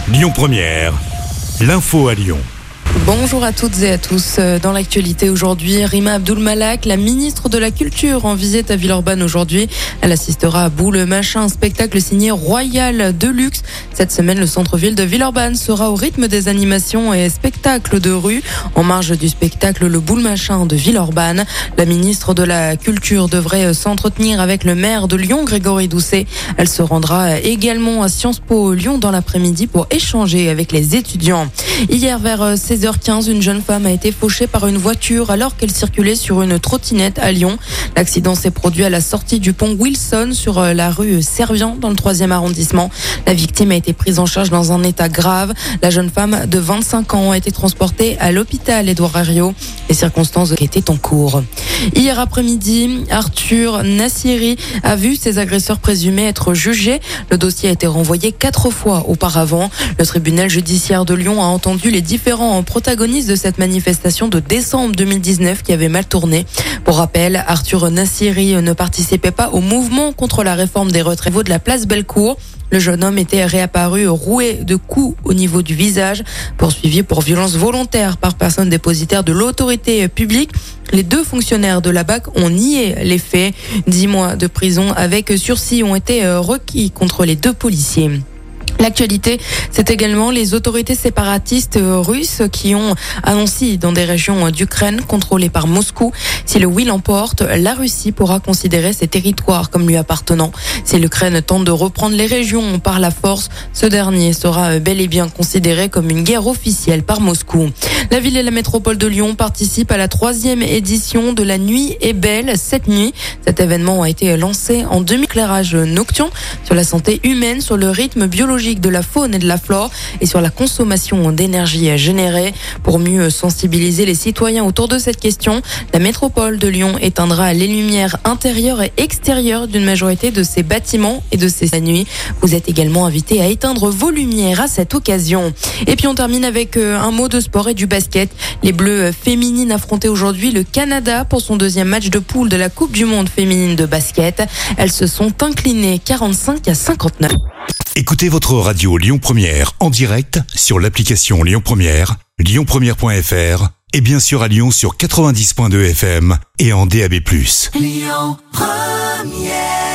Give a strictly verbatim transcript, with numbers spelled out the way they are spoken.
Lyon Première, l'info à Lyon. Bonjour à toutes et à tous. Dans l'actualité aujourd'hui, Rima Abdul Malak, la ministre de la Culture, en visite à Villeurbanne aujourd'hui. Elle assistera à Boule Machin, un spectacle signé Royal Deluxe. Cette semaine, le centre-ville de Villeurbanne sera au rythme des animations et spectacles de rue. En marge du spectacle Le Boule Machin de Villeurbanne, la ministre de la Culture devrait s'entretenir avec le maire de Lyon, Grégory Doucet. Elle se rendra également à Sciences Po Lyon dans l'après-midi pour échanger avec les étudiants. Hier, vers seize heures quinze, une jeune femme a été fauchée par une voiture alors qu'elle circulait sur une trottinette à Lyon. L'accident s'est produit à la sortie du pont Wilson sur la rue Servian dans le troisième arrondissement. La victime a été prise en charge dans un état grave. La jeune femme de vingt-cinq ans a été transportée à l'hôpital Édouard Herriot. Les circonstances étaient en cours. Hier après-midi, Arthur Nassiri a vu ses agresseurs présumés être jugés. Le dossier a été renvoyé quatre fois auparavant. Le tribunal judiciaire de Lyon a entendu les différents protagonistes de cette manifestation de décembre deux mille dix-neuf qui avait mal tourné. Pour rappel, Arthur Nassiri ne participait pas au mouvement contre la réforme des retraites de la place Bellecour. Le jeune homme était réapparu roué de coups au niveau du visage, poursuivi pour violence volontaire par personne dépositaire de l'autorité publique. Les deux fonctionnaires de la B A C ont nié les faits. Dix mois de prison avec sursis ont été requis contre les deux policiers. L'actualité, c'est également les autorités séparatistes russes qui ont annoncé dans des régions d'Ukraine contrôlées par Moscou. Si le oui l'emporte, la Russie pourra considérer ces territoires comme lui appartenant. Si l'Ukraine tente de reprendre les régions par la force, ce dernier sera bel et bien considéré comme une guerre officielle par Moscou. La ville et la métropole de Lyon participent à la troisième édition de la Nuit est belle cette nuit. Cet événement a été lancé en demi-éclairage nocturne sur la santé humaine, sur le rythme biologique de la faune et de la flore et sur la consommation d'énergie générée. Pour mieux sensibiliser les citoyens autour de cette question, la métropole de Lyon éteindra les lumières intérieures et extérieures d'une majorité de ses bâtiments et de ses nuits. Vous êtes également invités à éteindre vos lumières à cette occasion. Et puis on termine avec un mot de sport et du basket. Les Bleus féminines affrontaient aujourd'hui le Canada pour son deuxième match de poule de la Coupe du Monde féminine de basket. Elles se sont inclinées quarante-cinq à cinquante-neuf. Écoutez votre radio Lyon Première en direct sur l'application Lyon Première, lyon première point f r et bien sûr à Lyon sur quatre-vingt-dix point deux F M et en D A B plus. Lyon Première.